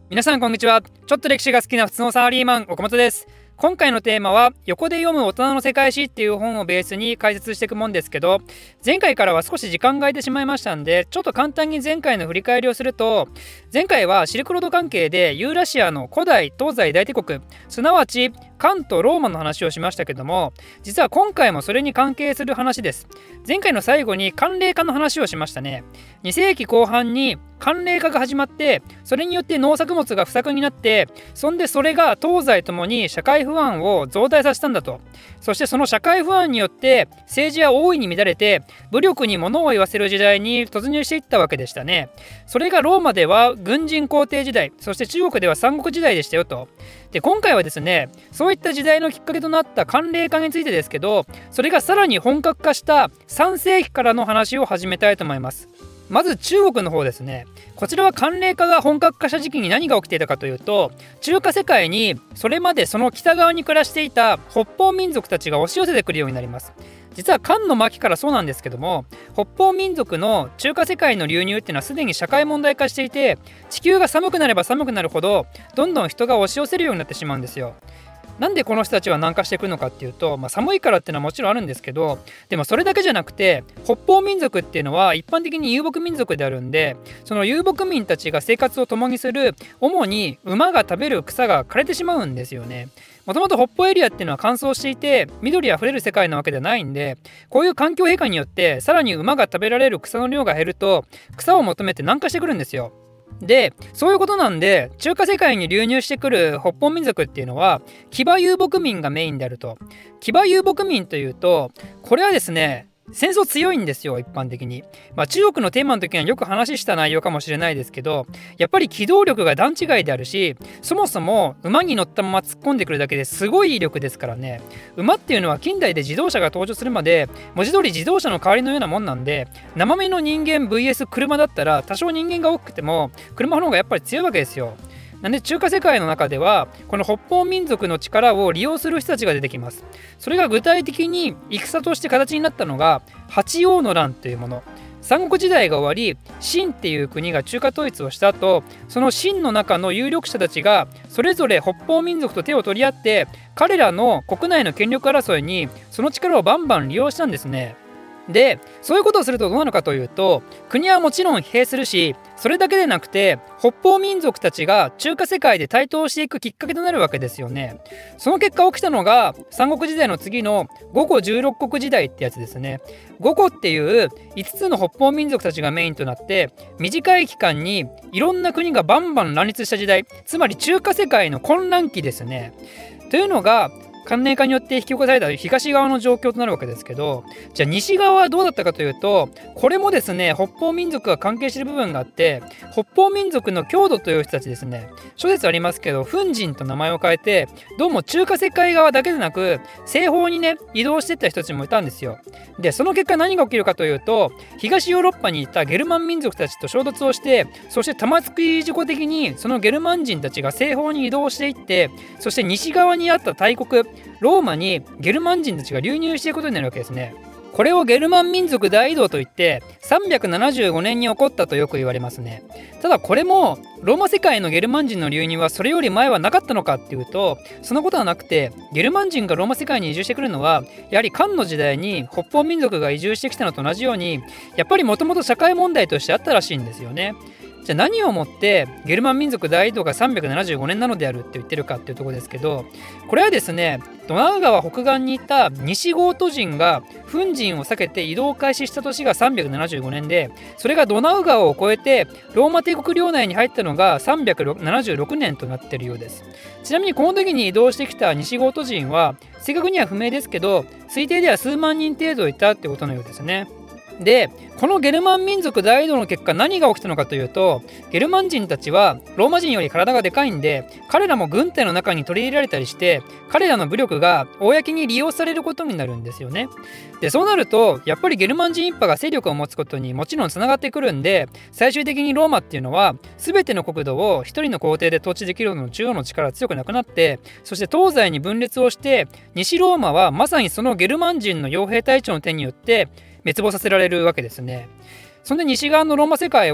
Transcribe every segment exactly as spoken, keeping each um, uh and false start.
皆さんこんにちは。ちょっと歴史が好きな普通のサラリーマン岡本です。今回のテーマは横で読む大人の世界史っていう本をベースに解説していくもんですけど、前回からは少し時間が空いてしまいましたんで、ちょっと簡単に前回の振り返りをすると、前回はシルクロード関係でユーラシアの古代東西大帝国、すなわち漢とローマの話をしましたけども、実は今回もそれに関係する話です。前回の最後に慣例化の話をしましたね。に世紀後半に慣例化が始まって、それによって農作物が不作になって、そんでそれが東西ともに社会不安を増大させたんだと。そしてその社会不安によって政治は大いに乱れて、武力に物を言わせる時代に突入していったわけでしたね。それがローマでは軍人皇帝時代、そして中国では三国時代でしたよと。で今回はですね、そういった時代のきっかけとなった慣例化についてですけど、それがさらに本格化したさん世紀からの話を始めたいと思います。まず中国の方ですね。こちらは慣例化が本格化した時期に何が起きていたかというと、中華世界にそれまでその北側に暮らしていた北方民族たちが押し寄せてくるようになります。実は漢の末期からそうなんですけども、北方民族の中華世界の流入っていうのはすでに社会問題化していて、地球が寒くなれば寒くなるほどどんどん人が押し寄せるようになってしまうんですよ。なんでこの人たちは南下してくるのかっていうと、まあ、寒いからっていうのはもちろんあるんですけど、でもそれだけじゃなくて、北方民族っていうのは一般的に遊牧民族であるんで、その遊牧民たちが生活を共にする主に馬が食べる草が枯れてしまうんですよね。もともと北方エリアっていうのは乾燥していて緑あふれる世界なわけではないんで、こういう環境変化によってさらに馬が食べられる草の量が減ると、草を求めて南下してくるんですよ。でそういうことなんで、中華世界に流入してくる北方民族っていうのは騎馬遊牧民がメインであると。騎馬遊牧民というと、これはですね、戦争強いんですよ、一般的に。まあ、中国のテーマの時にはよく話した内容かもしれないですけど、やっぱり機動力が段違いであるし、そもそも馬に乗ったまま突っ込んでくるだけですごい威力ですからね。馬っていうのは近代で自動車が登場するまで文字通り自動車の代わりのようなもんなんで、生身の人間 ブイエス 車だったら多少人間が多くても車の方がやっぱり強いわけですよ。なんで中華世界の中ではこの北方民族の力を利用する人たちが出てきます。それが具体的に戦として形になったのが八王の乱というもの。三国時代が終わり、秦っていう国が中華統一をした後、その秦の中の有力者たちがそれぞれ北方民族と手を取り合って、彼らの国内の権力争いにその力をバンバン利用したんですね。でそういうことをするとどうなるかというと、国はもちろん疲弊するし、それだけでなくて北方民族たちが中華世界で台頭していくきっかけとなるわけですよね。その結果起きたのが三国時代の次の五胡十六国時代ってやつですね。五胡っていういつつの北方民族たちがメインとなって、短い期間にいろんな国がバンバン乱立した時代、つまり中華世界の混乱期ですね。というのが慣例化によって引き起こされた東側の状況となるわけですけど、じゃあ西側はどうだったかというと、これもですね、北方民族が関係している部分があって、北方民族の郷土という人たちですね、諸説ありますけど奮人と名前を変えて、どうも中華世界側だけでなく西方にね移動していった人たちもいたんですよ。でその結果何が起きるかというと、東ヨーロッパにいたゲルマン民族たちと衝突をして、そして玉突き事故的にそのゲルマン人たちが西方に移動していって、そして西側にあった大国ローマにゲルマン人たちが流入していくことになるわけですね。これをゲルマン民族大移動といってさんびゃくななじゅうごねんに起こったとよく言われますね。ただこれもローマ世界のゲルマン人の流入はそれより前はなかったのかっていうと、そのことはなくて、ゲルマン人がローマ世界に移住してくるのはやはり漢の時代に北方民族が移住してきたのと同じように、やっぱりもともと社会問題としてあったらしいんですよね。じゃあ何をもってゲルマン民族大移動がさんびゃくななじゅうごねんなのであるって言ってるかっていうところですけど、これはですね、ドナウ川北岸にいた西ゴート人が奮人を避けて移動を開始した年がさんびゃくななじゅうごねんで、それがドナウ川を越えてローマ帝国領内に入ったのがさんびゃくななじゅうろくねんとなっているようです。ちなみにこの時に移動してきた西ゴート人は正確には不明ですけど、推定では数万人程度いたってことのようですね。でこのゲルマン民族大移動の結果何が起きたのかというと、ゲルマン人たちはローマ人より体がでかいんで、彼らも軍隊の中に取り入れられたりして、彼らの武力が公に利用されることになるんですよね。でそうなるとやっぱりゲルマン人一派が勢力を持つことにもちろんつながってくるんで、最終的にローマっていうのは全ての国土を一人の皇帝で統治できるような中央の力が強くなくなって、そして東西に分裂をして、西ローマはまさにそのゲルマン人の傭兵隊長の手によって滅亡させられるわけですね。そんで西側のローマ世界は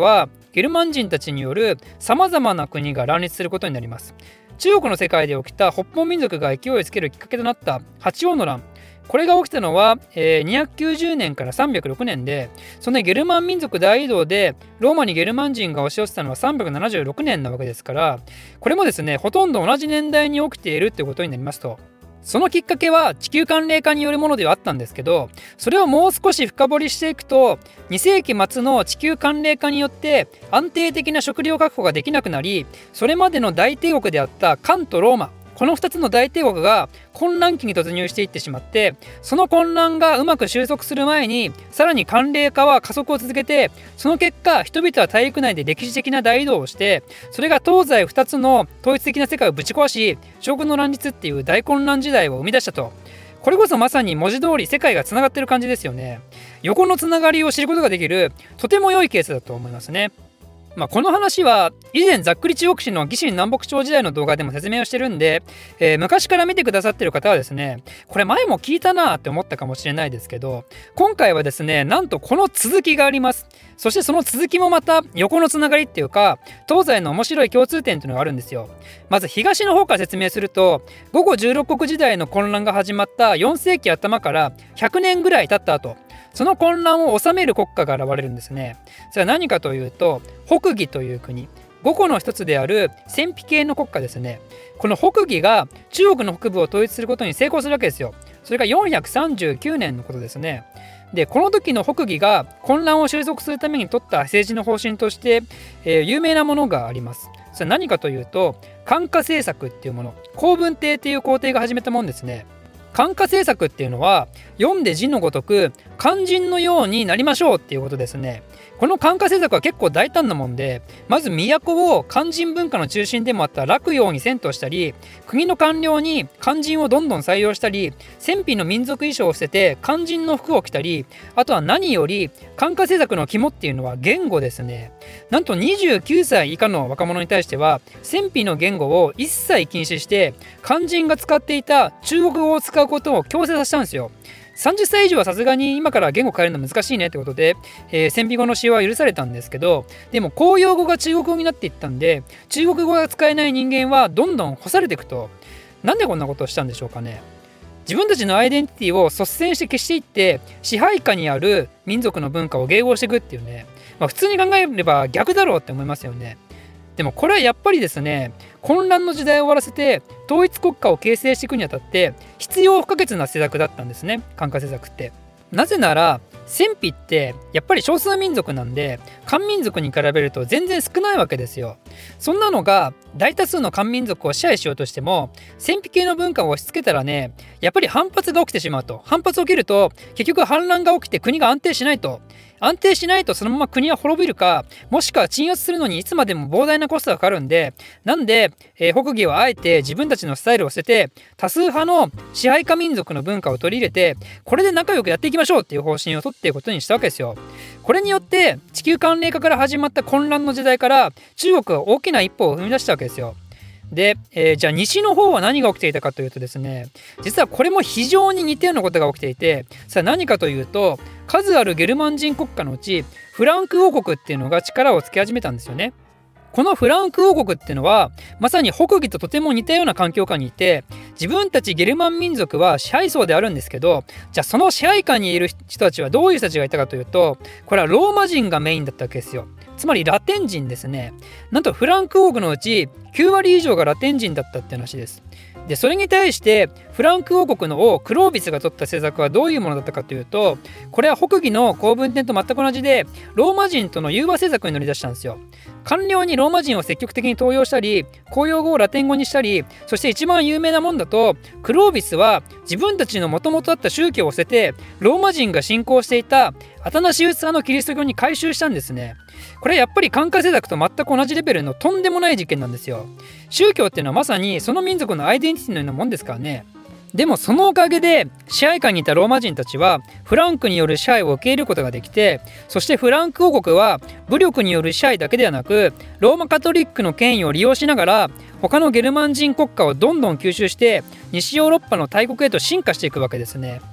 ゲルマン人たちによるさまざまな国が乱立することになります。中国の世界で起きた北方民族が勢いをつけるきっかけとなった八王の乱、これが起きたのは、えー、にひゃくきゅうじゅうねんからさんびゃくろくねんで、そのゲルマン民族大移動でローマにゲルマン人が押し寄せたのはさんびゃくななじゅうろくねんなわけですから、これもですねほとんど同じ年代に起きているということになりますと、そのきっかけは地球寒冷化によるものではあったんですけど、それをもう少し深掘りしていくと、にせいき末の地球寒冷化によって安定的な食料確保ができなくなり、それまでの大帝国であった漢とローマ、このふたつの大帝国が混乱期に突入していってしまって、その混乱がうまく収束する前にさらに寒冷化は加速を続けて、その結果人々は大陸内で歴史的な大移動をして、それが東西ふたつの統一的な世界をぶち壊し、将軍の乱立っていう大混乱時代を生み出したと。これこそまさに文字通り世界がつながってる感じですよね。横のつながりを知ることができるとても良いケースだと思いますね。まあ、この話は以前ざっくり中国史の魏晋南北朝時代の動画でも説明をしてるんで、えー、昔から見てくださってる方はですね、これ前も聞いたなって思ったかもしれないですけど、今回はですねなんとこの続きがあります。そしてその続きもまた横のつながりっていうか、東西の面白い共通点っていうのがあるんですよ。まず東の方から説明すると、午後じゅうろっこく時代の混乱が始まったよんせいき頭からひゃくねんぐらい経った後、その混乱を治める国家が現れるんですね。それは何かというと、北魏という国、五胡の一つである鮮卑系の国家ですね。この北魏が中国の北部を統一することに成功するわけですよ。それがよんひゃくさんじゅうきゅうねんのことですね。でこの時の北魏が混乱を収束するために取った政治の方針として、えー、有名なものがあります。それは何かというと、漢化政策っていうもの、公文帝っていう皇帝が始めたもんですね。漢化政策っていうのは、読んで字のごとく漢人のようになりましょうっていうことですね。この漢化政策は結構大胆なもんで、まず都を漢人文化の中心でもあった洛陽に遷都したり、国の官僚に漢人をどんどん採用したり、鮮卑の民族衣装を捨てて漢人の服を着たり、あとは何より漢化政策の肝っていうのは言語ですね。なんとにじゅうきゅうさい以下の若者に対しては鮮卑の言語を一切禁止して、漢人が使っていた中国語を使うことを強制させたんですよ。さんじゅっさい以上はさすがに今から言語変えるの難しいねってことで、えー、鮮卑語の使用は許されたんですけど、でも公用語が中国語になっていったんで、中国語が使えない人間はどんどん干されていくと。なんでこんなことをしたんでしょうかね。自分たちのアイデンティティを率先して消していって、支配下にある民族の文化を迎合していくっていうね、まあ、普通に考えれば逆だろうって思いますよね。でもこれはやっぱりですね、混乱の時代を終わらせて統一国家を形成していくにあたって必要不可欠な施策だったんですね、漢化政策って。なぜなら鮮卑ってやっぱり少数民族なんで、漢民族に比べると全然少ないわけですよ。そんなのが大多数の漢民族を支配しようとしても、鮮卑系の文化を押し付けたらね、やっぱり反発が起きてしまうと。反発起きると結局反乱が起きて国が安定しないと。安定しないとそのまま国は滅びるか、もしくは鎮圧するのにいつまでも膨大なコストがかかるんで、なんで、えー、北魏はあえて自分たちのスタイルを捨てて、多数派の支配下民族の文化を取り入れて、これで仲良くやっていきましょうっていう方針を取っていくことにしたわけですよ。これによって地球寒冷化から始まった混乱の時代から中国は大きな一歩を踏み出したわけですよ。で、えー、じゃあ西の方は何が起きていたかというとですね、実はこれも非常に似たようなことが起きていて、さあ何かというと、数あるゲルマン人国家のうちフランク王国っていうのが力をつけ始めたんですよね。このフランク王国っていうのはまさに北魏ととても似たような環境下にいて、自分たちゲルマン民族は支配層であるんですけど、じゃあその支配下にいる人たちはどういう人たちがいたかというと、これはローマ人がメインだったわけですよ。つまりラテン人ですね。なんとフランク王国のうちきゅうわり以上がラテン人だったって話です。でそれに対してフランク王国の王クロービスが取った政策はどういうものだったかというと、これは北魏の公文典と全く同じで、ローマ人との融和政策に乗り出したんですよ。官僚にローマ人を積極的に登用したり、公用語をラテン語にしたり、そして一番有名なもんだと、クロービスは自分たちの元々あった宗教を捨てて、ローマ人が信仰していたアタナシウス派のキリスト教に改宗したんですね。これはやっぱり漢化政策と全く同じレベルのとんでもない事件なんですよ。宗教っていうのはまさにその民族のアイデンティティのようなもんですからね。でもそのおかげで支配下にいたローマ人たちはフランクによる支配を受け入れることができて、そしてフランク王国は武力による支配だけではなく、ローマカトリックの権威を利用しながら他のゲルマン人国家をどんどん吸収して西ヨーロッパの大国へと進化していくわけですね。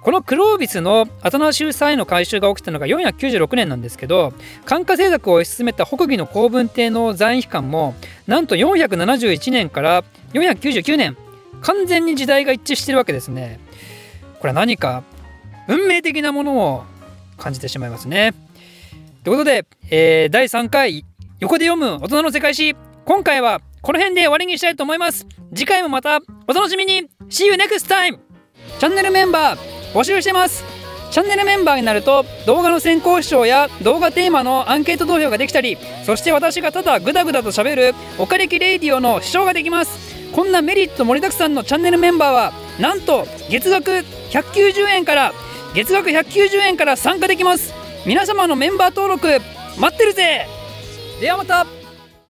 このクロービスのアトナ州債の改修が起きたのがよんひゃくきゅうじゅうろくねんなんですけど、漢化政策を推し進めた北魏の光文帝の在位期間もなんとよんひゃくななじゅういちねんからよんひゃくきゅうじゅうきゅうねん、完全に時代が一致してるわけですね。これは何か運命的なものを感じてしまいますね。ということで、えー、だいさんかい横で読む大人の世界史、今回はこの辺で終わりにしたいと思います。次回もまたお楽しみに。 See you next time。 チャンネルメンバー募集してます。チャンネルメンバーになると動画の先行視聴や動画テーマのアンケート投票ができたり、そして私がただグダグダと喋るおかれきレイディオの視聴ができます。こんなメリット盛りだくさんのチャンネルメンバーはなんと月額ひゃくきゅうじゅうえんから月額ひゃくきゅうじゅうえんから参加できます。皆様のメンバー登録待ってるぜ。ではまた。